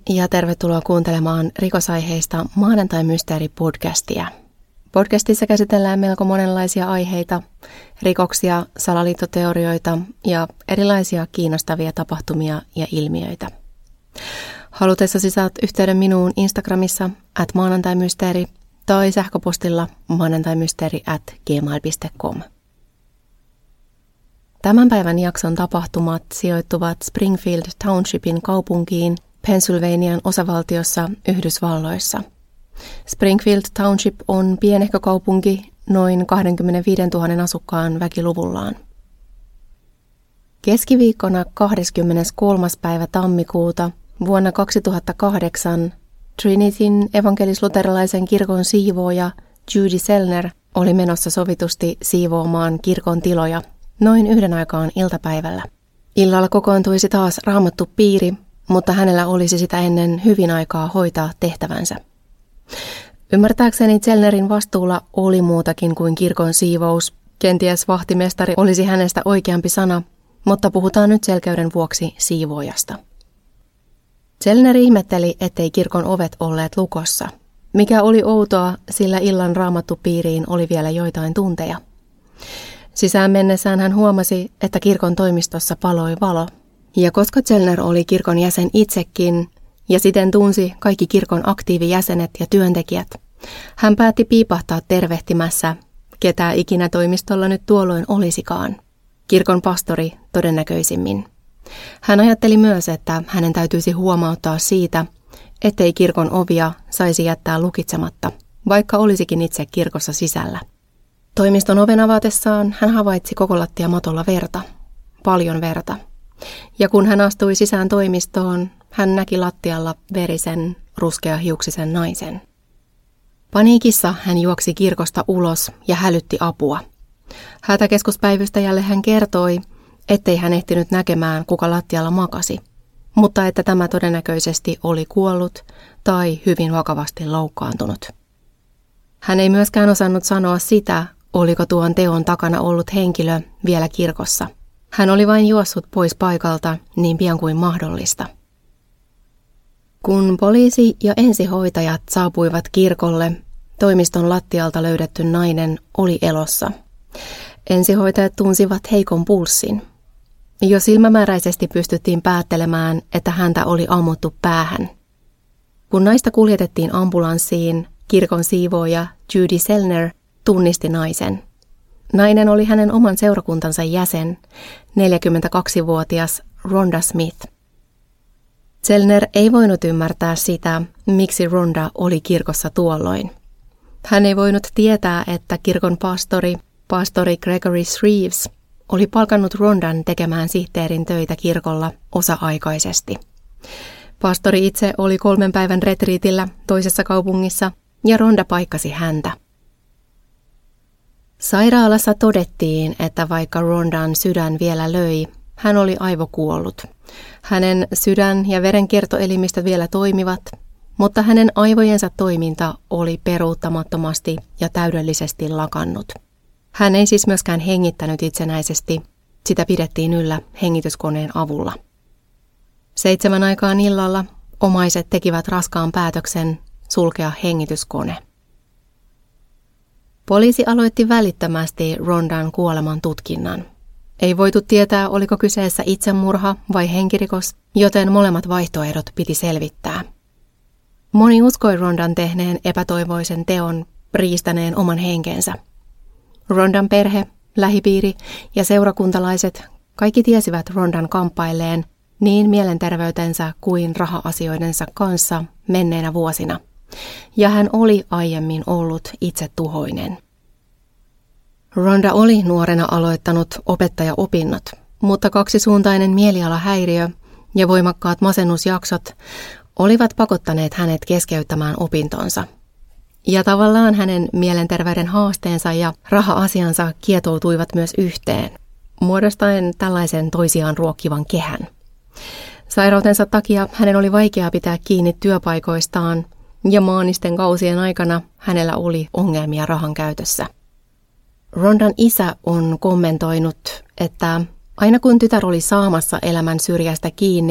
ja tervetuloa kuuntelemaan rikosaiheista Maanantai-mysteeri-podcastia. Podcastissa käsitellään melko monenlaisia aiheita, rikoksia, salaliittoteorioita ja erilaisia kiinnostavia tapahtumia ja ilmiöitä. Halutessasi saat yhteyden minuun Instagramissa @maanantaimysteeri tai sähköpostilla maanantaimysteeri@gmail.com. Tämän päivän jakson tapahtumat sijoittuvat Springfield Townshipin kaupunkiin Pennsylvanian osavaltiossa Yhdysvalloissa. Springfield Township on pienehkö kaupunki noin 25 000 asukkaan väkiluvullaan. Keskiviikkona 23. päivä tammikuuta vuonna 2008 Trinityn evankelis-luterilaisen kirkon siivooja Judy Selner oli menossa sovitusti siivoamaan kirkon tiloja noin 1 aikaan iltapäivällä. Illalla kokoontuisi taas raamattu piiri, mutta hänellä olisi sitä ennen hyvin aikaa hoitaa tehtävänsä. Ymmärtääkseni Selnerin vastuulla oli muutakin kuin kirkon siivous. Kenties vahtimestari olisi hänestä oikeampi sana, mutta puhutaan nyt selkeyden vuoksi siivoojasta. Selner ihmetteli, ettei kirkon ovet olleet lukossa. Mikä oli outoa, sillä illan raamattupiiriin oli vielä joitain tunteja. Sisään mennessään hän huomasi, että kirkon toimistossa paloi valo. Ja koska Selner oli kirkon jäsen itsekin ja siten tunsi kaikki kirkon aktiivijäsenet ja työntekijät, hän päätti piipahtaa tervehtimässä, ketä ikinä toimistolla nyt tuolloin olisikaan. Kirkon pastori todennäköisimmin. Hän ajatteli myös, että hänen täytyisi huomauttaa siitä, ettei kirkon ovia saisi jättää lukitsematta, vaikka olisikin itse kirkossa sisällä. Toimiston oven avatessaan hän havaitsi koko lattiamatolla verta, paljon verta. Ja kun hän astui sisään toimistoon, hän näki lattialla verisen, ruskeahiuksisen naisen. Paniikissa hän juoksi kirkosta ulos ja hälytti apua. Hätäkeskuspäivystäjälle hän kertoi, ettei hän ehtinyt näkemään, kuka lattialla makasi, mutta että tämä todennäköisesti oli kuollut tai hyvin vakavasti loukkaantunut. Hän ei myöskään osannut sanoa sitä, oliko tuon teon takana ollut henkilö vielä kirkossa. Hän oli vain juossut pois paikalta niin pian kuin mahdollista. Kun poliisi ja ensihoitajat saapuivat kirkolle, toimiston lattialta löydetty nainen oli elossa. Ensihoitajat tunsivat heikon pulssin. Jo silmämääräisesti pystyttiin päättelemään, että häntä oli ammuttu päähän. Kun naista kuljetettiin ambulanssiin, kirkon siivooja Judy Selner tunnisti naisen. Nainen oli hänen oman seurakuntansa jäsen, 42-vuotias Rhonda Smith. Selner ei voinut ymmärtää sitä, miksi Rhonda oli kirkossa tuolloin. Hän ei voinut tietää, että kirkon pastori Gregory Shreves, oli palkannut Rhondan tekemään sihteerin töitä kirkolla osa-aikaisesti. Pastori itse oli 3 päivän retriitillä toisessa kaupungissa ja Rhonda paikkasi häntä. Sairaalassa todettiin, että vaikka Rhondan sydän vielä löi, hän oli aivokuollut. Hänen sydän- ja verenkiertoelimistö vielä toimivat, mutta hänen aivojensa toiminta oli peruuttamattomasti ja täydellisesti lakannut. Hän ei siis myöskään hengittänyt itsenäisesti, sitä pidettiin yllä hengityskoneen avulla. 7 aikaan illalla omaiset tekivät raskaan päätöksen sulkea hengityskone. Poliisi aloitti välittömästi Rhondan kuoleman tutkinnan. Ei voitu tietää, oliko kyseessä itsemurha vai henkirikos, joten molemmat vaihtoehdot piti selvittää. Moni uskoi Rhondan tehneen epätoivoisen teon, riistäneen oman henkensä. Rhondan perhe, lähipiiri ja seurakuntalaiset kaikki tiesivät Rhondan kamppailleen niin mielenterveytensä kuin raha-asioidensa kanssa menneinä vuosina, ja hän oli aiemmin ollut itsetuhoinen. Rhonda oli nuorena aloittanut opettajaopinnot, mutta kaksisuuntainen mielialahäiriö ja voimakkaat masennusjaksot olivat pakottaneet hänet keskeyttämään opintonsa. Ja tavallaan hänen mielenterveyden haasteensa ja raha-asiansa kietoutuivat myös yhteen, muodostaen tällaisen toisiaan ruokkivan kehän. Sairautensa takia hänen oli vaikea pitää kiinni työpaikoistaan ja maanisten kausien aikana hänellä oli ongelmia rahan käytössä. Rhondan isä on kommentoinut, että aina kun tytär oli saamassa elämän syrjästä kiinni,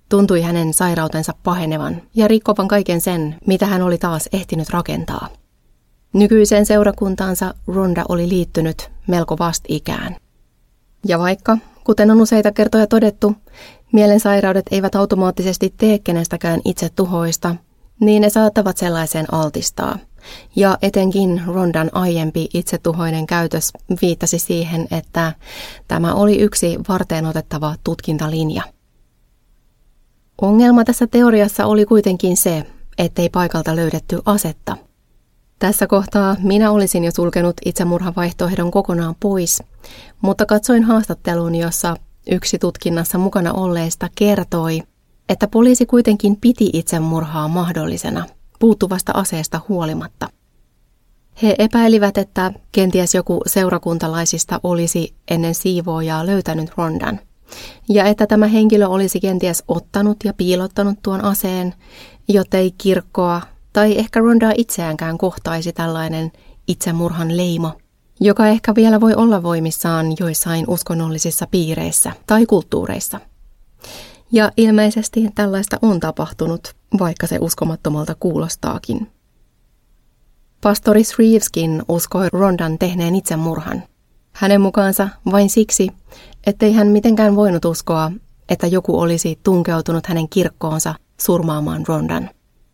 Tuntui hänen sairautensa pahenevan ja rikkovan kaiken sen, mitä hän oli taas ehtinyt rakentaa. Nykyiseen seurakuntaansa Rhonda oli liittynyt melko vastikään. Ja vaikka, kuten on useita kertoja todettu, mielensairaudet eivät automaattisesti tee kenestäkään itsetuhoista, niin ne saattavat sellaiseen altistaa. Ja etenkin Rhondan aiempi itsetuhoinen käytös viittasi siihen, että tämä oli yksi varteenotettava tutkintalinja. Ongelma tässä teoriassa oli kuitenkin se, ettei paikalta löydetty asetta. Tässä kohtaa minä olisin jo sulkenut itsemurhavaihtoehdon kokonaan pois, mutta katsoin haastattelun, jossa yksi tutkinnassa mukana olleista kertoi, että poliisi kuitenkin piti itsemurhaa mahdollisena, puuttuvasta aseesta huolimatta. He epäilivät, että kenties joku seurakuntalaisista olisi ennen siivoojaa löytänyt Rhondan, ja että tämä henkilö olisi kenties ottanut ja piilottanut tuon aseen, jottei kirkkoa tai ehkä Rhondaa itseäänkään kohtaisi tällainen itsemurhan leima, joka ehkä vielä voi olla voimissaan joissain uskonnollisissa piireissä tai kulttuureissa. Ja ilmeisesti tällaista on tapahtunut, vaikka se uskomattomalta kuulostaakin. Pastori Reeveskin uskoi Rhondan tehneen itsemurhan. Hänen mukaansa vain siksi, ettei hän mitenkään voinut uskoa, että joku olisi tunkeutunut hänen kirkkoonsa surmaamaan Rhondan.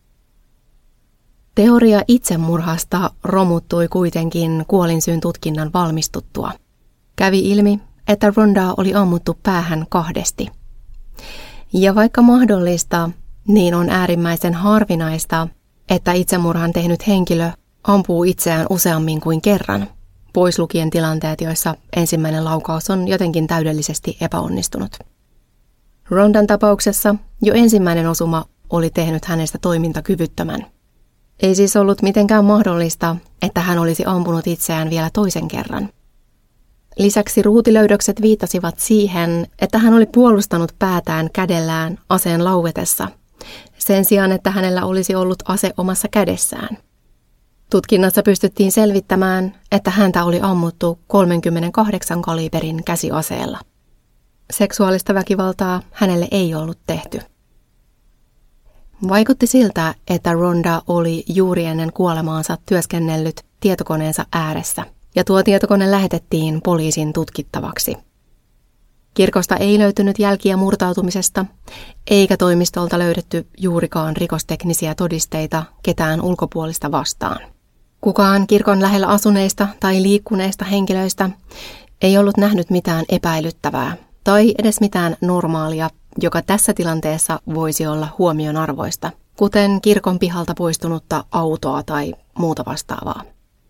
Teoria itsemurhasta romuttui kuitenkin kuolinsyyn tutkinnan valmistuttua. Kävi ilmi, että Rhondaa oli ammuttu päähän 2. Ja vaikka mahdollista, niin on äärimmäisen harvinaista, että itsemurhan tehnyt henkilö ampuu itseään useammin kuin kerran, pois lukien tilanteet, joissa ensimmäinen laukaus on jotenkin täydellisesti epäonnistunut. Rhondan tapauksessa jo ensimmäinen osuma oli tehnyt hänestä toimintakyvyttömän. Ei siis ollut mitenkään mahdollista, että hän olisi ampunut itseään vielä toisen kerran. Lisäksi ruutilöydökset viittasivat siihen, että hän oli puolustanut päätään kädellään aseen lauetessa, sen sijaan että hänellä olisi ollut ase omassa kädessään. Tutkinnassa pystyttiin selvittämään, että häntä oli ammuttu 38 kaliberin käsiaseella. Seksuaalista väkivaltaa hänelle ei ollut tehty. Vaikutti siltä, että Rhonda oli juuri ennen kuolemaansa työskennellyt tietokoneensa ääressä, ja tuo tietokone lähetettiin poliisin tutkittavaksi. Kirkosta ei löytynyt jälkiä murtautumisesta, eikä toimistolta löydetty juurikaan rikosteknisiä todisteita ketään ulkopuolista vastaan. Kukaan kirkon lähellä asuneista tai liikkuneista henkilöistä ei ollut nähnyt mitään epäilyttävää tai edes mitään normaalia, joka tässä tilanteessa voisi olla huomionarvoista, kuten kirkon pihalta poistunutta autoa tai muuta vastaavaa.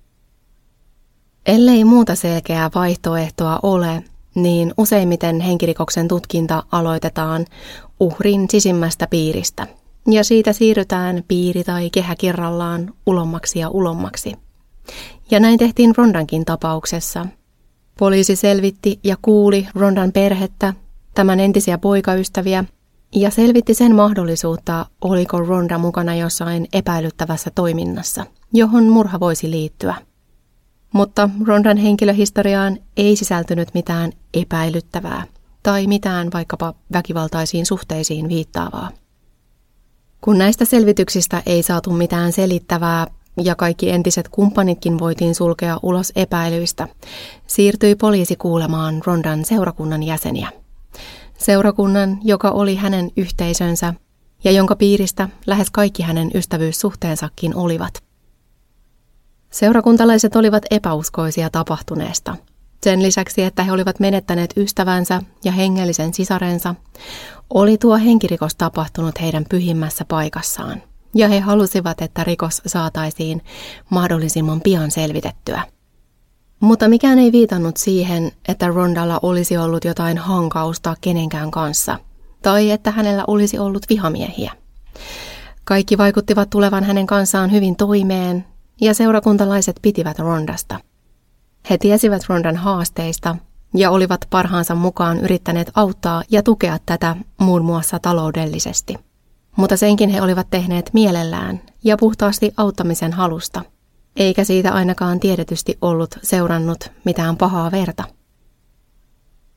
Ellei muuta selkeää vaihtoehtoa ole, niin useimmiten henkirikoksen tutkinta aloitetaan uhrin sisimmästä piiristä, ja siitä siirrytään piiri tai kehä kerrallaan ulommaksi ja ulommaksi. Ja näin tehtiin Rhondankin tapauksessa. Poliisi selvitti ja kuuli Rhondan perhettä, tämän entisiä poikaystäviä, ja selvitti sen mahdollisuutta, oliko Rhonda mukana jossain epäilyttävässä toiminnassa, johon murha voisi liittyä. Mutta Rhondan henkilöhistoriaan ei sisältynyt mitään epäilyttävää tai mitään vaikkapa väkivaltaisiin suhteisiin viittaavaa. Kun näistä selvityksistä ei saatu mitään selittävää ja kaikki entiset kumppanitkin voitiin sulkea ulos epäilyistä, siirtyi poliisi kuulemaan Rhondan seurakunnan jäseniä. Seurakunnan, joka oli hänen yhteisönsä ja jonka piiristä lähes kaikki hänen ystävyyssuhteensakin olivat. Seurakuntalaiset olivat epäuskoisia tapahtuneesta. Sen lisäksi, että he olivat menettäneet ystävänsä ja hengellisen sisarensa, oli tuo henkirikos tapahtunut heidän pyhimmässä paikassaan, ja he halusivat, että rikos saataisiin mahdollisimman pian selvitettyä. Mutta mikään ei viitannut siihen, että Rhondalla olisi ollut jotain hankausta kenenkään kanssa, tai että hänellä olisi ollut vihamiehiä. Kaikki vaikuttivat tulevan hänen kanssaan hyvin toimeen, ja seurakuntalaiset pitivät Rhondasta. He tiesivät Rhondan haasteista ja olivat parhaansa mukaan yrittäneet auttaa ja tukea tätä muun muassa taloudellisesti. Mutta senkin he olivat tehneet mielellään ja puhtaasti auttamisen halusta, eikä siitä ainakaan tiedetysti ollut seurannut mitään pahaa verta.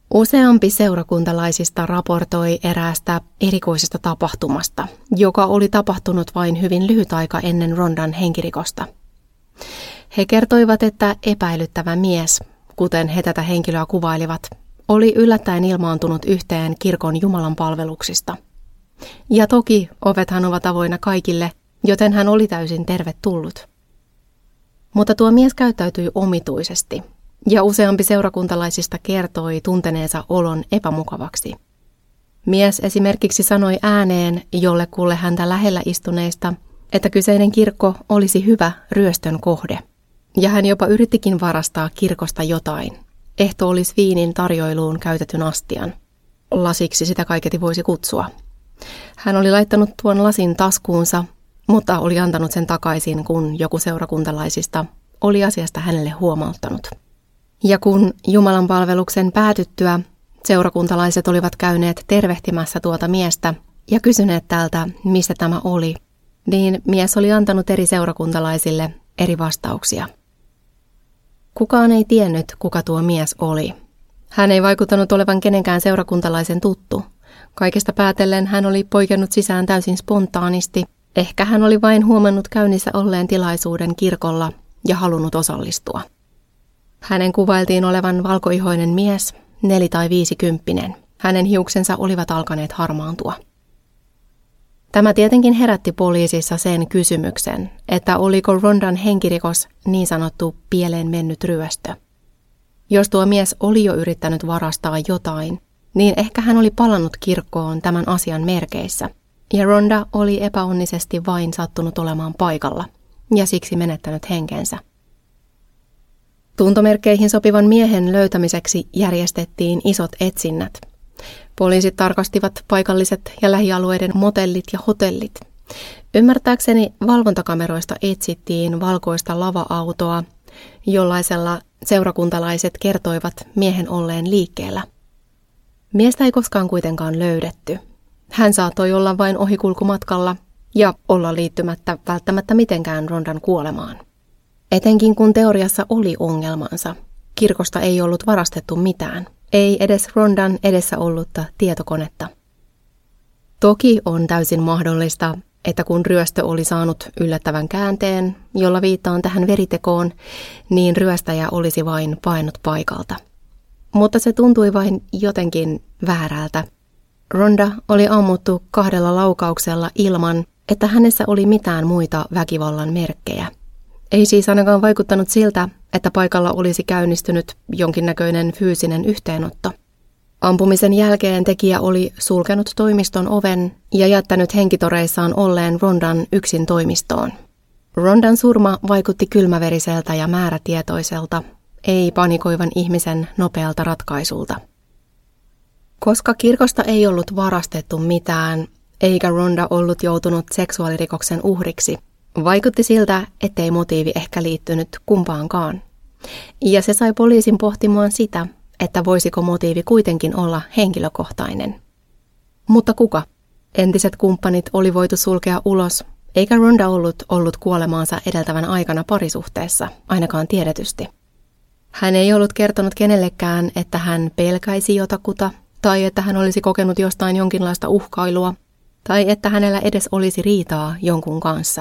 Useampi seurakuntalaisista raportoi eräästä erikoisesta tapahtumasta, joka oli tapahtunut vain hyvin lyhyt aika ennen Rondan henkirikosta. He kertoivat, että epäilyttävä mies, kuten he tätä henkilöä kuvailivat, oli yllättäen ilmaantunut yhteen kirkon Jumalan palveluksista. Ja toki ovethan ovat avoinna kaikille, joten hän oli täysin tervetullut. Mutta tuo mies käyttäytyi omituisesti, ja useampi seurakuntalaisista kertoi tunteneensa olon epämukavaksi. Mies esimerkiksi sanoi ääneen jollekulle häntä lähellä istuneista, että kyseinen kirkko olisi hyvä ryöstön kohde. Ja hän jopa yrittikin varastaa kirkosta jotain. Ehtoollisviinin tarjoiluun käytetyn astian. Lasiksi sitä kaiketi voisi kutsua. Hän oli laittanut tuon lasin taskuunsa, mutta oli antanut sen takaisin, kun joku seurakuntalaisista oli asiasta hänelle huomauttanut. Ja kun Jumalan palveluksen päätyttyä, seurakuntalaiset olivat käyneet tervehtimässä tuota miestä ja kysyneet tältä, mistä tämä oli, niin mies oli antanut eri seurakuntalaisille eri vastauksia. Kukaan ei tiennyt, kuka tuo mies oli. Hän ei vaikuttanut olevan kenenkään seurakuntalaisen tuttu. Kaikesta päätellen hän oli poikennut sisään täysin spontaanisti. Ehkä hän oli vain huomannut käynnissä olleen tilaisuuden kirkolla ja halunnut osallistua. Hänen kuvailtiin olevan valkoihoinen mies, 4- tai 50. Hänen hiuksensa olivat alkaneet harmaantua. Tämä tietenkin herätti poliisissa sen kysymyksen, että oliko Rondan henkirikos niin sanottu pieleen mennyt ryöstö. Jos tuo mies oli jo yrittänyt varastaa jotain, niin ehkä hän oli palannut kirkkoon tämän asian merkeissä, ja Ronda oli epäonnisesti vain sattunut olemaan paikalla, ja siksi menettänyt henkensä. Tuntomerkkeihin sopivan miehen löytämiseksi järjestettiin isot etsinnät. Poliisit tarkastivat paikalliset ja lähialueiden motellit ja hotellit. Ymmärtääkseni valvontakameroista etsittiin valkoista lava-autoa, jollaisella seurakuntalaiset kertoivat miehen olleen liikkeellä. Miestä ei koskaan kuitenkaan löydetty. Hän saattoi olla vain ohikulkumatkalla ja olla liittymättä välttämättä mitenkään Rondan kuolemaan. Etenkin kun teoriassa oli ongelmansa. Kirkosta ei ollut varastettu mitään. Ei edes Rondan edessä ollutta tietokonetta. Toki on täysin mahdollista, että kun ryöstö oli saanut yllättävän käänteen, jolla viittaan tähän veritekoon, niin ryöstäjä olisi vain paennut paikalta. Mutta se tuntui vain jotenkin väärältä. Ronda oli ammuttu 2 laukauksella ilman, että hänessä oli mitään muita väkivallan merkkejä. Ei siis ainakaan vaikuttanut siltä, että paikalla olisi käynnistynyt jonkinnäköinen fyysinen yhteenotto. Ampumisen jälkeen tekijä oli sulkenut toimiston oven ja jättänyt henkitoreissaan olleen Rondan yksin toimistoon. Rondan surma vaikutti kylmäveriseltä ja määrätietoiselta, ei panikoivan ihmisen nopealta ratkaisulta. Koska kirkosta ei ollut varastettu mitään, eikä Ronda ollut joutunut seksuaalirikoksen uhriksi, vaikutti siltä, ettei motiivi ehkä liittynyt kumpaankaan. Ja se sai poliisin pohtimaan sitä, että voisiko motiivi kuitenkin olla henkilökohtainen. Mutta kuka? Entiset kumppanit oli voitu sulkea ulos, eikä Ronda ollut kuolemaansa edeltävän aikana parisuhteessa, ainakaan tiedetysti. Hän ei ollut kertonut kenellekään, että hän pelkäisi jotakuta, tai että hän olisi kokenut jostain jonkinlaista uhkailua, tai että hänellä edes olisi riitaa jonkun kanssa.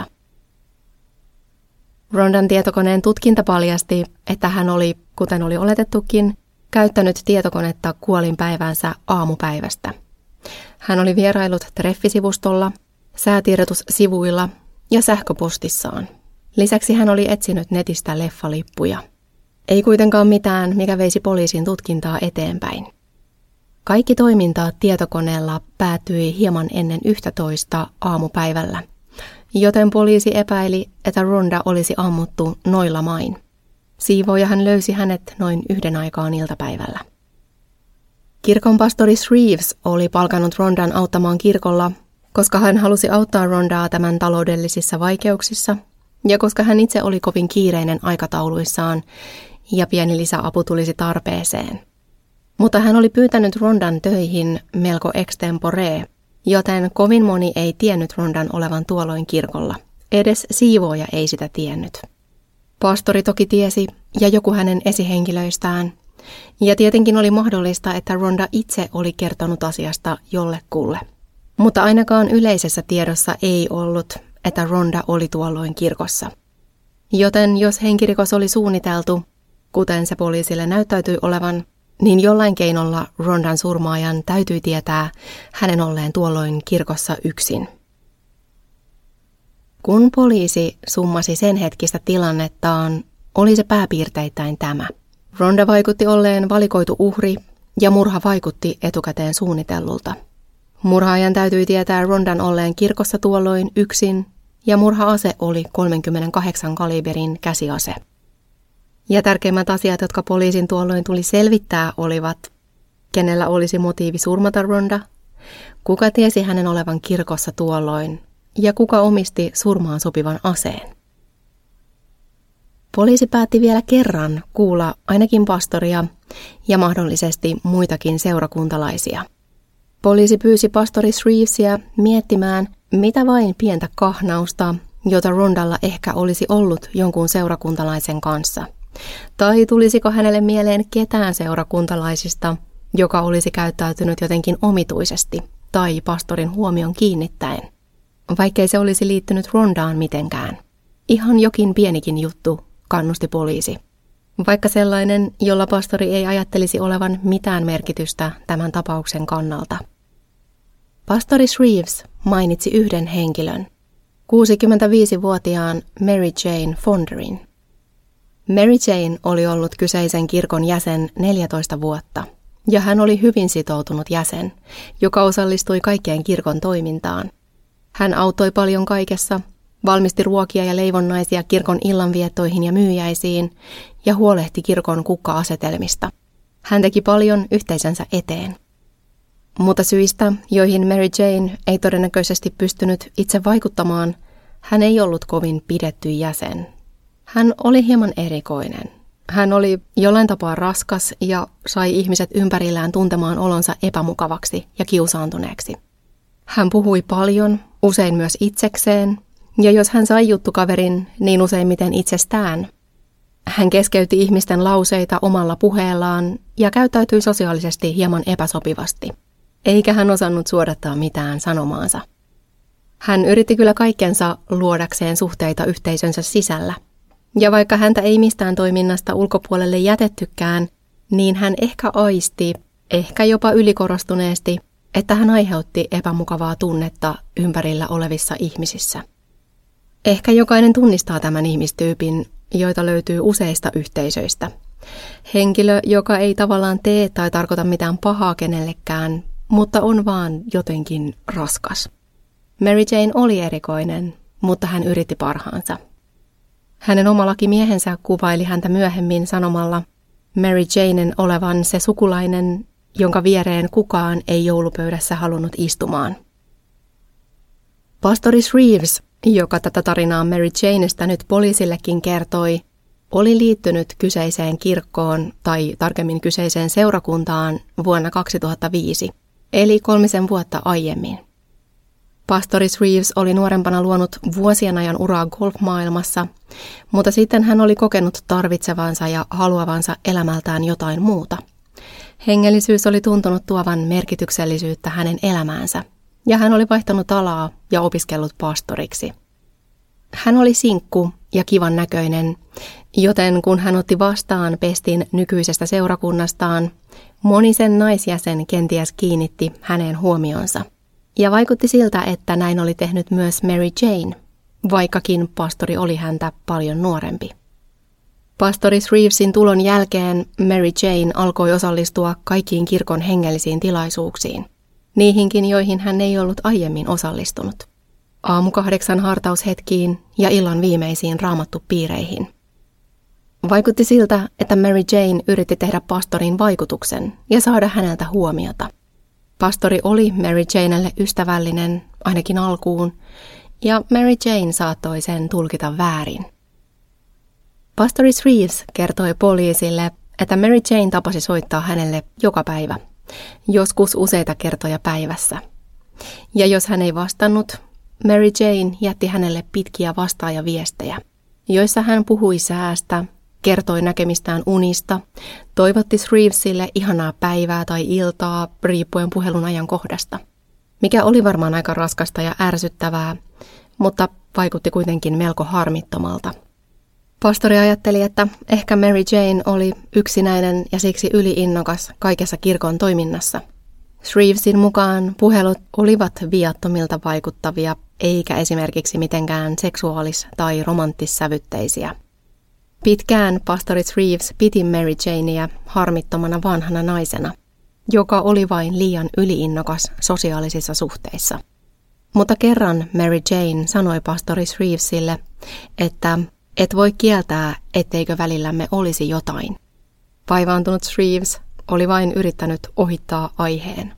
Rondan tietokoneen tutkinta paljasti, että hän oli, kuten oli oletettukin, käyttänyt tietokonetta kuolinpäivänsä aamupäivästä. Hän oli vierailut treffisivustolla, säätiedotussivuilla ja sähköpostissaan. Lisäksi hän oli etsinyt netistä leffalippuja. Ei kuitenkaan mitään, mikä veisi poliisin tutkintaa eteenpäin. Kaikki toiminta tietokoneella päättyi hieman ennen 11 aamupäivällä, joten poliisi epäili, että Ronda olisi ammuttu noilla main. Siivooja hän löysi hänet noin 1 aikaan iltapäivällä. Kirkon pastori Reeves oli palkannut Rondan auttamaan kirkolla, koska hän halusi auttaa Rondaa tämän taloudellisissa vaikeuksissa ja koska hän itse oli kovin kiireinen aikatauluissaan ja pieni lisäapu tulisi tarpeeseen. Mutta hän oli pyytänyt Rondan töihin melko extempore, joten kovin moni ei tiennyt Rondan olevan tuolloin kirkolla. Edes siivooja ei sitä tiennyt. Pastori toki tiesi, ja joku hänen esihenkilöistään, Ja tietenkin oli mahdollista, että Rhonda itse oli kertonut asiasta jollekulle. Mutta ainakaan yleisessä tiedossa ei ollut, että Rhonda oli tuolloin kirkossa. Joten jos henkirikos oli suunniteltu, kuten se poliisille näyttäytyi olevan, niin jollain keinolla Rhondan surmaajan täytyi tietää hänen olleen tuolloin kirkossa yksin. Kun poliisi summasi sen hetkistä tilannettaan, oli se pääpiirteittäin tämä. Rhonda vaikutti olleen valikoitu uhri ja murha vaikutti etukäteen suunnitellulta. Murhaajan täytyi tietää Rhondan olleen kirkossa tuolloin yksin ja murha-ase oli 38 kaliberin käsiase. Ja tärkeimmät asiat, jotka poliisin tuolloin tuli selvittää, olivat, kenellä olisi motiivi surmata Rhonda, kuka tiesi hänen olevan kirkossa tuolloin ja kuka omisti surmaan sopivan aseen. Poliisi päätti vielä kerran kuulla ainakin pastoria ja mahdollisesti muitakin seurakuntalaisia. Poliisi pyysi pastori Shrevesia miettimään, mitä vain pientä kahnausta, jota Rhondalla ehkä olisi ollut jonkun seurakuntalaisen kanssa. Tai tulisiko hänelle mieleen ketään seurakuntalaisista, joka olisi käyttäytynyt jotenkin omituisesti tai pastorin huomion kiinnittäen, vaikkei se olisi liittynyt Rhondaan mitenkään. Ihan jokin pienikin juttu, kannusti poliisi. Vaikka sellainen, jolla pastori ei ajattelisi olevan mitään merkitystä tämän tapauksen kannalta. Pastori Shreves mainitsi yhden henkilön, 65-vuotiaan Mary Jane Fonderin. Mary Jane oli ollut kyseisen kirkon jäsen 14 vuotta, ja hän oli hyvin sitoutunut jäsen, joka osallistui kaikkeen kirkon toimintaan. Hän auttoi paljon kaikessa, valmisti ruokia ja leivonnaisia kirkon illanviettoihin ja myyjäisiin ja huolehti kirkon kukka-asetelmista. Hän teki paljon yhteisönsä eteen. Mutta syistä, joihin Mary Jane ei todennäköisesti pystynyt itse vaikuttamaan, hän ei ollut kovin pidetty jäsen. Hän oli hieman erikoinen. Hän oli jollain tapaa raskas ja sai ihmiset ympärillään tuntemaan olonsa epämukavaksi ja kiusaantuneeksi. Hän puhui paljon, usein myös itsekseen, ja jos hän sai juttukaverin, niin useimmiten itsestään. Hän keskeytti ihmisten lauseita omalla puheellaan ja käyttäytyi sosiaalisesti hieman epäsopivasti, eikä hän osannut suodattaa mitään sanomaansa. Hän yritti kyllä kaikkensa luodakseen suhteita yhteisönsä sisällä, ja vaikka häntä ei mistään toiminnasta ulkopuolelle jätettykään, niin hän ehkä aisti, ehkä jopa ylikorostuneesti, että hän aiheutti epämukavaa tunnetta ympärillä olevissa ihmisissä. Ehkä jokainen tunnistaa tämän ihmistyypin, joita löytyy useista yhteisöistä. Henkilö, joka ei tavallaan tee tai tarkoita mitään pahaa kenellekään, mutta on vaan jotenkin raskas. Mary Jane oli erikoinen, mutta hän yritti parhaansa. Hänen oma lakimiehensä kuvaili häntä myöhemmin sanomalla Mary Janen olevan se sukulainen, jonka viereen kukaan ei joulupöydässä halunnut istumaan. Pastori Shreves, joka tätä tarinaa Mary Janesta nyt poliisillekin kertoi, oli liittynyt kyseiseen kirkkoon tai tarkemmin kyseiseen seurakuntaan vuonna 2005, eli 3 vuotta aiemmin. Pastori Shreves oli nuorempana luonut vuosien ajan uraa golfmaailmassa, mutta sitten hän oli kokenut tarvitsevansa ja haluavansa elämältään jotain muuta. Hengellisyys oli tuntunut tuovan merkityksellisyyttä hänen elämäänsä, ja hän oli vaihtanut alaa ja opiskellut pastoriksi. Hän oli sinkku ja kivan näköinen, joten kun hän otti vastaan pestin nykyisestä seurakunnastaan, moni sen naisjäsen kenties kiinnitti häneen huomionsa. Ja vaikutti siltä, että näin oli tehnyt myös Mary Jane, vaikkakin pastori oli häntä paljon nuorempi. Pastori Shrevesin tulon jälkeen Mary Jane alkoi osallistua kaikkiin kirkon hengellisiin tilaisuuksiin, niihinkin joihin hän ei ollut aiemmin osallistunut. 8:00 hartaushetkiin ja illan viimeisiin raamattupiireihin. Vaikutti siltä, että Mary Jane yritti tehdä pastorin vaikutuksen ja saada häneltä huomiota. Pastori oli Mary Janelle ystävällinen, ainakin alkuun, ja Mary Jane saattoi sen tulkita väärin. Pastori Shreves kertoi poliisille, että Mary Jane tapasi soittaa hänelle joka päivä, joskus useita kertoja päivässä. Ja jos hän ei vastannut, Mary Jane jätti hänelle pitkiä vastaajaviestejä, joissa hän puhui säästä, kertoi näkemistään unista, toivotti Shrevesille ihanaa päivää tai iltaa riippuen puhelun ajankohdasta, mikä oli varmaan aika raskasta ja ärsyttävää, mutta vaikutti kuitenkin melko harmittomalta. Pastori ajatteli, että ehkä Mary Jane oli yksinäinen ja siksi yliinnokas kaikessa kirkon toiminnassa. Shrevesin mukaan puhelut olivat viattomilta vaikuttavia, eikä esimerkiksi mitenkään seksuaalis- tai romanttissävytteisiä. Pitkään pastori Shreves piti Mary Janea harmittomana vanhana naisena, joka oli vain liian yliinnokas sosiaalisissa suhteissa. Mutta kerran Mary Jane sanoi pastori Shrevesille, että et voi kieltää, etteikö välillämme olisi jotain. Vaivaantunut Shreves oli vain yrittänyt ohittaa aiheen.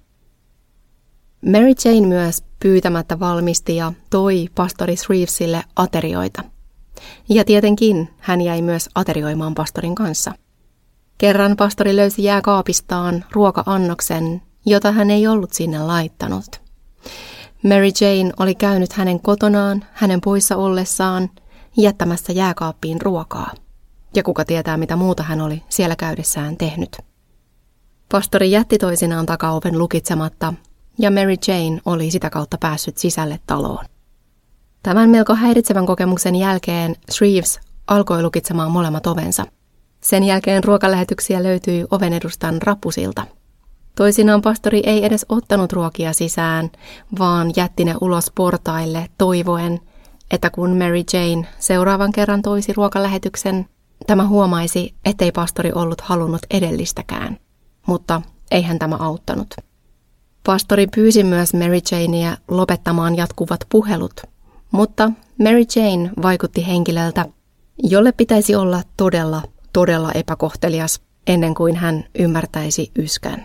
Mary Jane myös pyytämättä valmisti ja toi pastori Shrevesille aterioita. Ja tietenkin hän jäi myös aterioimaan pastorin kanssa. Kerran pastori löysi jääkaapistaan ruoka-annoksen, jota hän ei ollut sinne laittanut. Mary Jane oli käynyt hänen kotonaan, hänen poissa ollessaan, jättämässä jääkaappiin ruokaa. Ja kuka tietää, mitä muuta hän oli siellä käydessään tehnyt. Pastori jätti toisinaan takaoven lukitsematta, ja Mary Jane oli sitä kautta päässyt sisälle taloon. Tämän melko häiritsevän kokemuksen jälkeen Shreves alkoi lukitsemaan molemmat ovensa. Sen jälkeen ruokalähetyksiä löytyi oven edustan rappusilta. Toisinaan pastori ei edes ottanut ruokia sisään, vaan jätti ne ulos portaille toivoen, että kun Mary Jane seuraavan kerran toisi ruokalähetyksen, tämä huomaisi, ettei pastori ollut halunnut edellistäkään. Mutta eihän tämä auttanut. Pastori pyysi myös Mary Janea lopettamaan jatkuvat puhelut, mutta Mary Jane vaikutti henkilöltä, jolle pitäisi olla todella epäkohtelias ennen kuin hän ymmärtäisi yskän.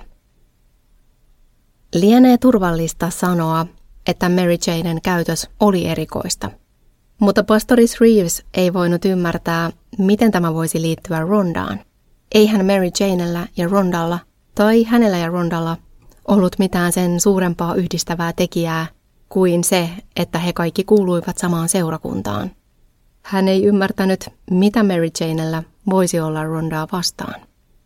Lienee turvallista sanoa, että Mary Janen käytös oli erikoista. Mutta pastori Shreves ei voinut ymmärtää, miten tämä voisi liittyä Rondaan. Eihän Mary Janella ja Rondalla tai hänellä ja Rondalla ollut mitään sen suurempaa yhdistävää tekijää kuin se, että he kaikki kuuluivat samaan seurakuntaan. Hän ei ymmärtänyt, mitä Mary Janella voisi olla Rondaa vastaan.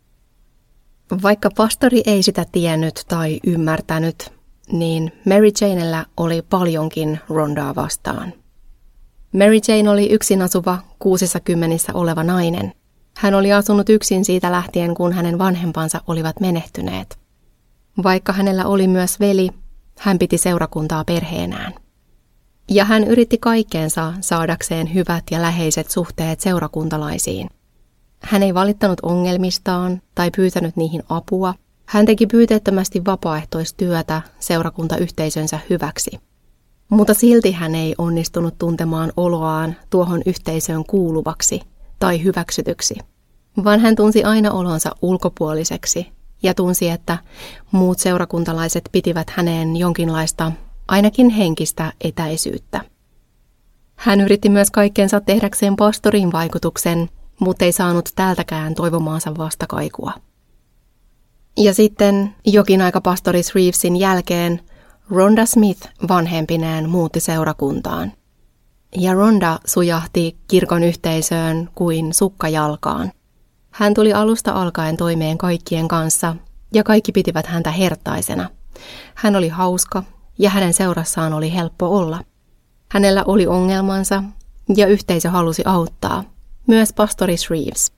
Vaikka pastori ei sitä tiennyt tai ymmärtänyt, niin Mary Janella oli paljonkin Rondaa vastaan. Mary Jane oli yksin asuva 60 oleva nainen. Hän oli asunut yksin siitä lähtien, kun hänen vanhempansa olivat menehtyneet. Vaikka hänellä oli myös veli, hän piti seurakuntaa perheenään. Ja hän yritti kaikkeensa saadakseen hyvät ja läheiset suhteet seurakuntalaisiin. Hän ei valittanut ongelmistaan tai pyytänyt niihin apua. Hän teki pyyteettömästi vapaaehtoistyötä seurakuntayhteisönsä hyväksi. Mutta silti hän ei onnistunut tuntemaan oloaan tuohon yhteisöön kuuluvaksi tai hyväksytyksi, vaan hän tunsi aina olonsa ulkopuoliseksi ja tunsi, että muut seurakuntalaiset pitivät häneen jonkinlaista, ainakin henkistä etäisyyttä. Hän yritti myös kaikkeensa tehdäkseen pastorin vaikutuksen, mutta ei saanut tältäkään toivomaansa vastakaikua. Ja sitten jokin aika pastori Shrevesin jälkeen Rhonda Smith vanhempineen muutti seurakuntaan. Ja Rhonda sujahti kirkon yhteisöön kuin sukka jalkaan. Hän tuli alusta alkaen toimeen kaikkien kanssa ja kaikki pitivät häntä hertaisena. Hän oli hauska ja hänen seurassaan oli helppo olla. Hänellä oli ongelmansa ja yhteisö halusi auttaa, myös pastori Shreves.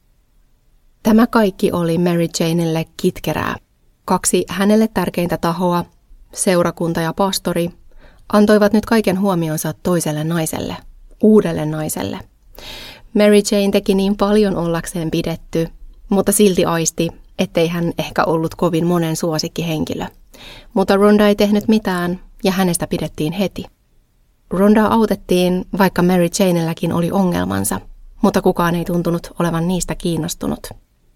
Tämä kaikki oli Mary Janelle kitkerää. Kaksi hänelle tärkeintä tahoa, seurakunta ja pastori, antoivat nyt kaiken huomionsa toiselle naiselle, uudelle naiselle. Mary Jane teki niin paljon ollakseen pidetty, mutta silti aisti, ettei hän ehkä ollut kovin monen suosikkihenkilö. Mutta Rhonda ei tehnyt mitään ja hänestä pidettiin heti. Rhondaa autettiin, vaikka Mary Janelläkin oli ongelmansa, mutta kukaan ei tuntunut olevan niistä kiinnostunut.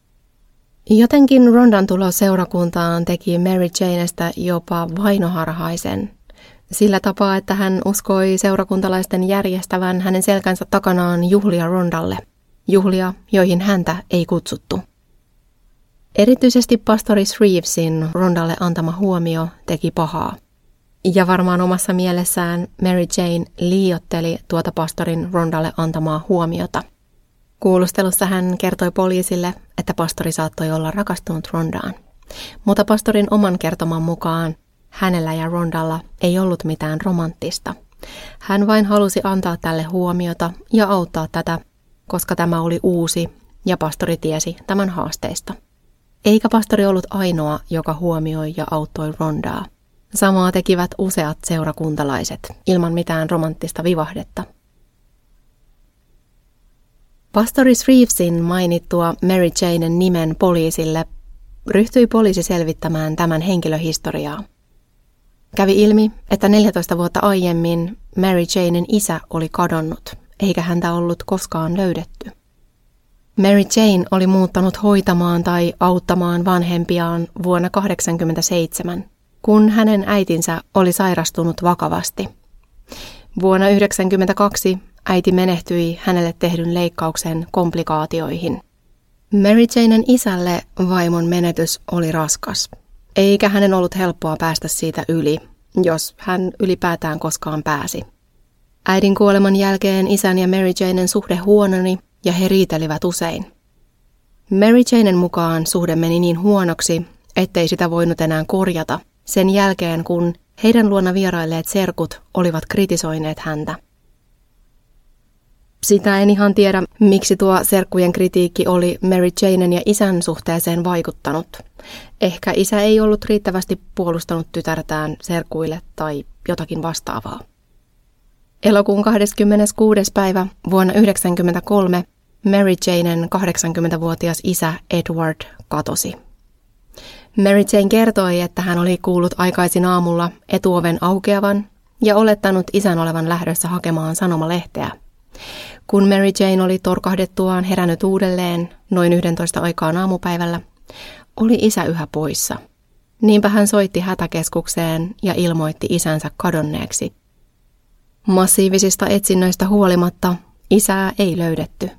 Jotenkin Rhondan tulo seurakuntaan teki Mary Janesta jopa vainoharhaisen, sillä tapaa, että hän uskoi seurakuntalaisten järjestävän hänen selkänsä takanaan juhlia Rhondalle, juhlia, joihin häntä ei kutsuttu. Erityisesti pastori Shrevesin Rhondalle antama huomio teki pahaa. Ja varmaan omassa mielessään Mary Jane liioitteli tuota pastorin Rhondalle antamaa huomiota. Kuulustelussa hän kertoi poliisille, että pastori saattoi olla rakastunut Rondaan. Mutta pastorin oman kertoman mukaan hänellä ja Rondalla ei ollut mitään romanttista. Hän vain halusi antaa tälle huomiota ja auttaa tätä, koska tämä oli uusi ja pastori tiesi tämän haasteista. Eikä pastori ollut ainoa, joka huomioi ja auttoi Rondaa. Samaa tekivät useat seurakuntalaiset ilman mitään romanttista vivahdetta. Pastori Reevesin mainittua Mary Janen nimen poliisille ryhtyi poliisi selvittämään tämän henkilöhistoriaa. Kävi ilmi, että 14 vuotta aiemmin Mary Janen isä oli kadonnut, eikä häntä ollut koskaan löydetty. Mary Jane oli muuttanut hoitamaan tai auttamaan vanhempiaan vuonna 1987, kun hänen äitinsä oli sairastunut vakavasti. Vuonna 1992 äiti menehtyi hänelle tehdyn leikkauksen komplikaatioihin. Mary Janen isälle vaimon menetys oli raskas, eikä hänen ollut helppoa päästä siitä yli, jos hän ylipäätään koskaan pääsi. Äidin kuoleman jälkeen isän ja Mary Janen suhde huononi ja he riitelivät usein. Mary Janen mukaan suhde meni niin huonoksi, ettei sitä voinut enää korjata sen jälkeen, kun heidän luona vierailleet serkut olivat kritisoineet häntä. Sitä en ihan tiedä, miksi tuo serkkujen kritiikki oli Mary Janen ja isän suhteeseen vaikuttanut. Ehkä isä ei ollut riittävästi puolustanut tytärtään serkuille tai jotakin vastaavaa. Elokuun 26. päivä vuonna 1993 Mary Janen 80-vuotias isä Edward katosi. Mary Jane kertoi, että hän oli kuullut aikaisin aamulla etuoven aukeavan ja olettanut isän olevan lähdössä hakemaan sanomalehteä. Kun Mary Jane oli torkahdettuaan herännyt uudelleen noin 11 aikaan aamupäivällä, oli isä yhä poissa. Niinpä hän soitti hätäkeskukseen ja ilmoitti isänsä kadonneeksi. Massiivisista etsinnöistä huolimatta isää ei löydetty.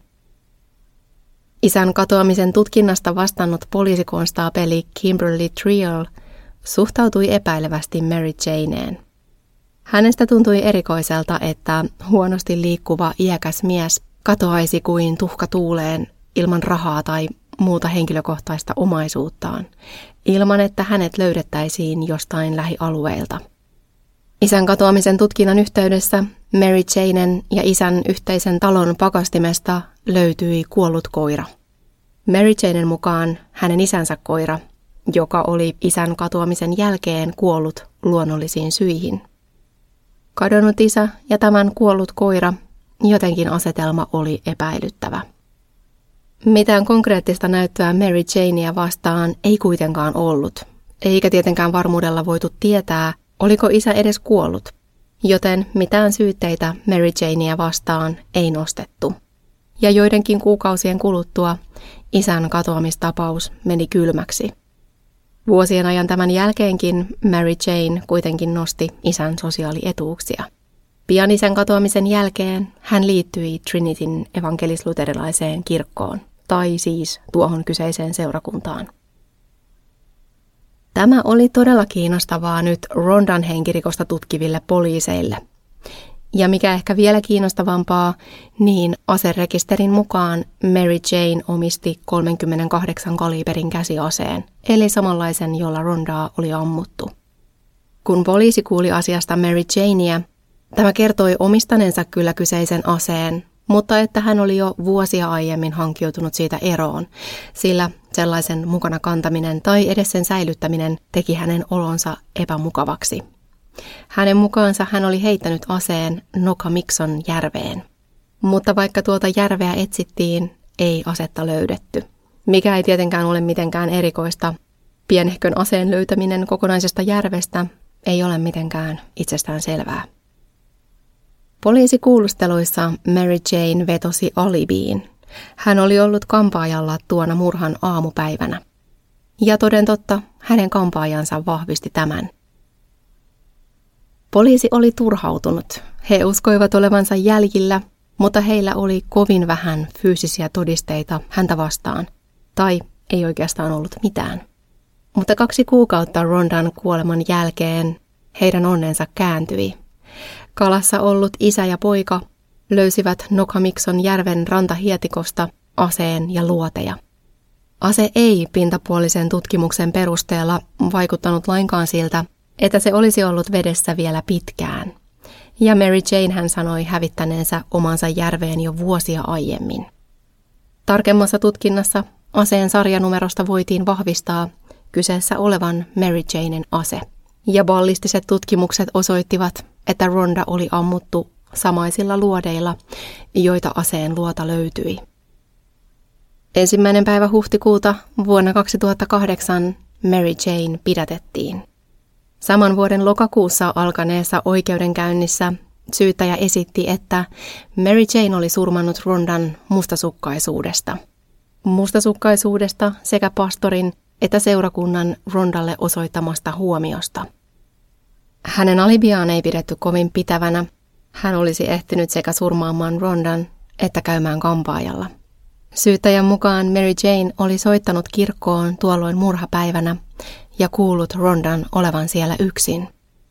Isän katoamisen tutkinnasta vastannut poliisikonstaapeli Kimberly Trial suhtautui epäilevästi Mary Janeen. Hänestä tuntui erikoiselta, että huonosti liikkuva iäkäs mies katoaisi kuin tuhka tuuleen ilman rahaa tai muuta henkilökohtaista omaisuuttaan, ilman että hänet löydettäisiin jostain lähialueilta. Isän katoamisen tutkinnan yhteydessä Mary Janen ja isän yhteisen talon pakastimesta löytyi kuollut koira. Mary Janen mukaan hänen isänsä koira, joka oli isän katoamisen jälkeen kuollut luonnollisiin syihin. Kadonnut isä ja tämän kuollut koira, jotenkin asetelma oli epäilyttävä. Mitään konkreettista näyttöä Mary Janea vastaan ei kuitenkaan ollut, eikä tietenkään varmuudella voitu tietää, oliko isä edes kuollut, joten mitään syytteitä Mary Janea vastaan ei nostettu. Ja joidenkin kuukausien kuluttua isän katoamistapaus meni kylmäksi. Vuosien ajan tämän jälkeenkin Mary Jane kuitenkin nosti isän sosiaalietuuksia. Pian isän katoamisen jälkeen hän liittyi Trinityn evankelis-luterilaiseen kirkkoon, tai siis tuohon kyseiseen seurakuntaan. Tämä oli todella kiinnostavaa nyt Rondan henkirikosta tutkiville poliiseille. Ja mikä ehkä vielä kiinnostavampaa, niin aserekisterin mukaan Mary Jane omisti 38 kaliberin käsiaseen, eli samanlaisen, jolla Rondaa oli ammuttu. Kun poliisi kuuli asiasta Mary Janea, tämä kertoi omistaneensa kyllä kyseisen aseen, mutta että hän oli jo vuosia aiemmin hankkiutunut siitä eroon, sillä sellaisen mukana kantaminen tai edes sen säilyttäminen teki hänen olonsa epämukavaksi. Hänen mukaansa hän oli heittänyt aseen Nokamikson järveen. Mutta vaikka tuota järveä etsittiin, ei asetta löydetty. Mikä ei tietenkään ole mitenkään erikoista. Pienehkön aseen löytäminen kokonaisesta järvestä ei ole mitenkään itsestään selvää. Poliisikuulusteluissa Mary Jane vetosi alibiin. Hän oli ollut kampaajalla tuona murhan aamupäivänä. Ja toden totta, hänen kampaajansa vahvisti tämän. Poliisi oli turhautunut. He uskoivat olevansa jäljillä, mutta heillä oli kovin vähän fyysisiä todisteita häntä vastaan. Tai ei oikeastaan ollut mitään. Mutta 2 kuukautta Rondan kuoleman jälkeen heidän onnensa kääntyi. Kalassa ollut isä ja poika löysivät Nokamikson järven rantahietikosta aseen ja luoteja. Ase ei pintapuolisen tutkimuksen perusteella vaikuttanut lainkaan siltä, että se olisi ollut vedessä vielä pitkään. Ja Mary Jane hän sanoi hävittäneensä omansa järveen jo vuosia aiemmin. Tarkemmassa tutkinnassa aseen sarjanumerosta voitiin vahvistaa kyseessä olevan Mary Janen ase. Ja ballistiset tutkimukset osoittivat, että Rhonda oli ammuttu samaisilla luodeilla, joita aseen luota löytyi. 1. päivä huhtikuuta vuonna 2008 Mary Jane pidätettiin. Saman vuoden lokakuussa alkaneessa oikeudenkäynnissä syyttäjä esitti, että Mary Jane oli surmannut Rhondan mustasukkaisuudesta. Mustasukkaisuudesta sekä pastorin että seurakunnan Rhondalle osoittamasta huomiosta. Hänen alibiaan ei pidetty kovin pitävänä. Hän olisi ehtinyt sekä surmaamaan Rhondan että käymään kampaajalla. Syyttäjän mukaan Mary Jane oli soittanut kirkkoon tuolloin murhapäivänä ja kuullut Rhondan olevan siellä yksin.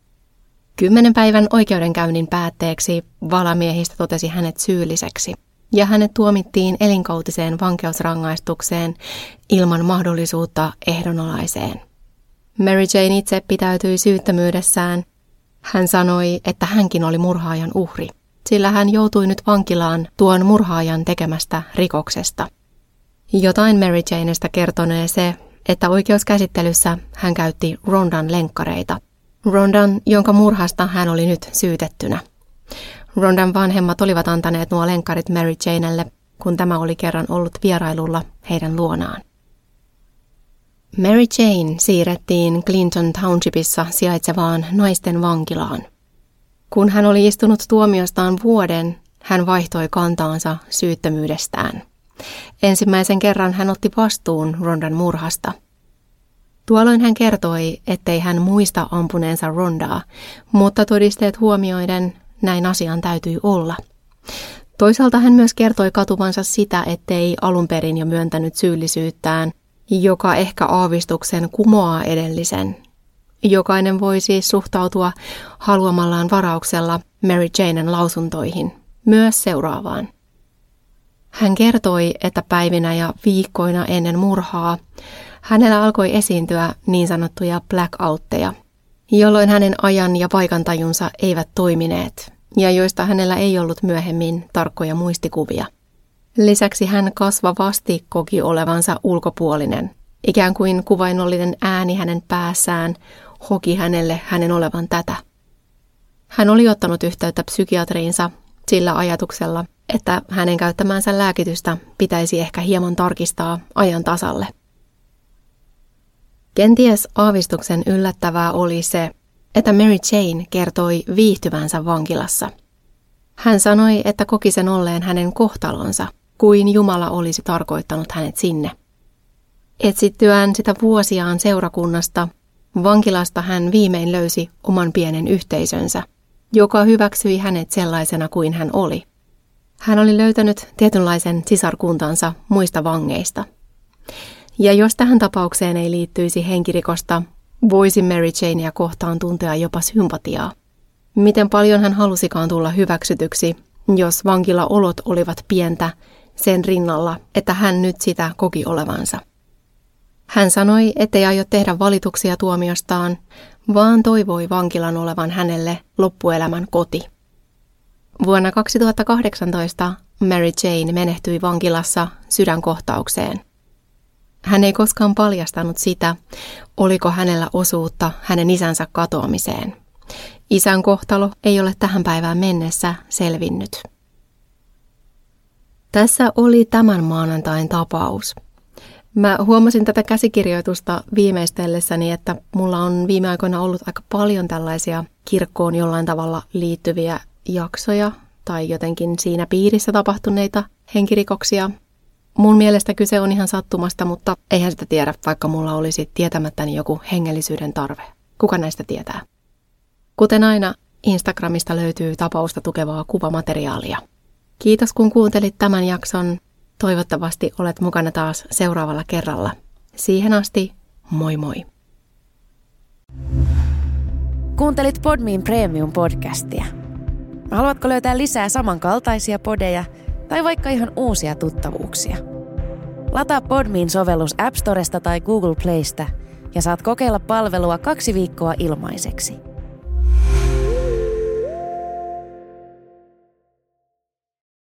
10 päivän oikeudenkäynnin päätteeksi valamiehistä totesi hänet syylliseksi ja hänet tuomittiin elinkautiseen vankeusrangaistukseen ilman mahdollisuutta ehdonalaiseen. Mary Jane itse pitäytyi syyttömyydessään. Hän sanoi, että hänkin oli murhaajan uhri, sillä hän joutui nyt vankilaan tuon murhaajan tekemästä rikoksesta. Jotain Mary Janesta kertonee se, että oikeuskäsittelyssä hän käytti Rhondan lenkkareita. Rhondan, jonka murhasta hän oli nyt syytettynä. Rhondan vanhemmat olivat antaneet nuo lenkkarit Mary Janelle, kun tämä oli kerran ollut vierailulla heidän luonaan. Mary Jane siirrettiin Clinton Townshipissa sijaitsevaan naisten vankilaan. Kun hän oli istunut tuomiostaan vuoden, hän vaihtoi kantaansa syyttömyydestään. Ensimmäisen kerran hän otti vastuun Rhondan murhasta. Tuolloin hän kertoi, ettei hän muista ampuneensa Rhondaa, mutta todisteet huomioiden näin asian täytyi olla. Toisaalta hän myös kertoi katuvansa sitä, ettei alun perin jo myöntänyt syyllisyyttään, joka ehkä aavistuksen kumoaa edellisen. Jokainen voi siis suhtautua haluamallaan varauksella Mary Janen lausuntoihin, myös seuraavaan. Hän kertoi, että päivinä ja viikkoina ennen murhaa hänellä alkoi esiintyä niin sanottuja blackoutteja, jolloin hänen ajan ja paikantajunsa eivät toimineet ja joista hänellä ei ollut myöhemmin tarkkoja muistikuvia. Lisäksi hän kasvavasti koki olevansa ulkopuolinen, ikään kuin kuvainnollinen ääni hänen päässään hoki hänelle hänen olevan tätä. Hän oli ottanut yhteyttä psykiatriinsa sillä ajatuksella, että hänen käyttämäänsä lääkitystä pitäisi ehkä hieman tarkistaa ajan tasalle. Kenties aavistuksen yllättävää oli se, että Mary Jane kertoi viihtyvänsä vankilassa. Hän sanoi, että koki sen olleen hänen kohtalonsa, kuin Jumala olisi tarkoittanut hänet sinne. Etsittyään sitä vuosiaan seurakunnasta, vankilasta hän viimein löysi oman pienen yhteisönsä, joka hyväksyi hänet sellaisena kuin hän oli. Hän oli löytänyt tietynlaisen sisarkuntansa muista vangeista. Ja jos tähän tapaukseen ei liittyisi henkirikosta, voisi Mary Janea kohtaan tuntea jopa sympatiaa. Miten paljon hän halusikaan tulla hyväksytyksi, jos vankilaolot olivat pientä sen rinnalla, että hän nyt sitä koki olevansa. Hän sanoi, ettei aio tehdä valituksia tuomiostaan, vaan toivoi vankilan olevan hänelle loppuelämän koti. Vuonna 2018 Mary Jane menehtyi vankilassa sydänkohtaukseen. Hän ei koskaan paljastanut sitä, oliko hänellä osuutta hänen isänsä katoamiseen. Isän kohtalo ei ole tähän päivään mennessä selvinnyt. Tässä oli tämän maanantain tapaus. Mä huomasin tätä käsikirjoitusta viimeistellessäni, että mulla on viime aikoina ollut aika paljon tällaisia kirkkoon jollain tavalla liittyviä jaksoja tai jotenkin siinä piirissä tapahtuneita henkirikoksia. Mun mielestä kyse on ihan sattumasta, mutta eihän sitä tiedä, vaikka mulla olisi tietämättäni joku hengellisyyden tarve. Kuka näistä tietää? Kuten aina, Instagramista löytyy tapausta tukevaa kuvamateriaalia. Kiitos kun kuuntelit tämän jakson. Toivottavasti olet mukana taas seuraavalla kerralla. Siihen asti, moi moi! Kuuntelit Podmin Premium-podcastia. Haluatko löytää lisää samankaltaisia podeja tai vaikka ihan uusia tuttavuuksia? Lataa Podmin sovellus App Storesta tai Google Playsta ja saat kokeilla palvelua 2 viikkoa ilmaiseksi.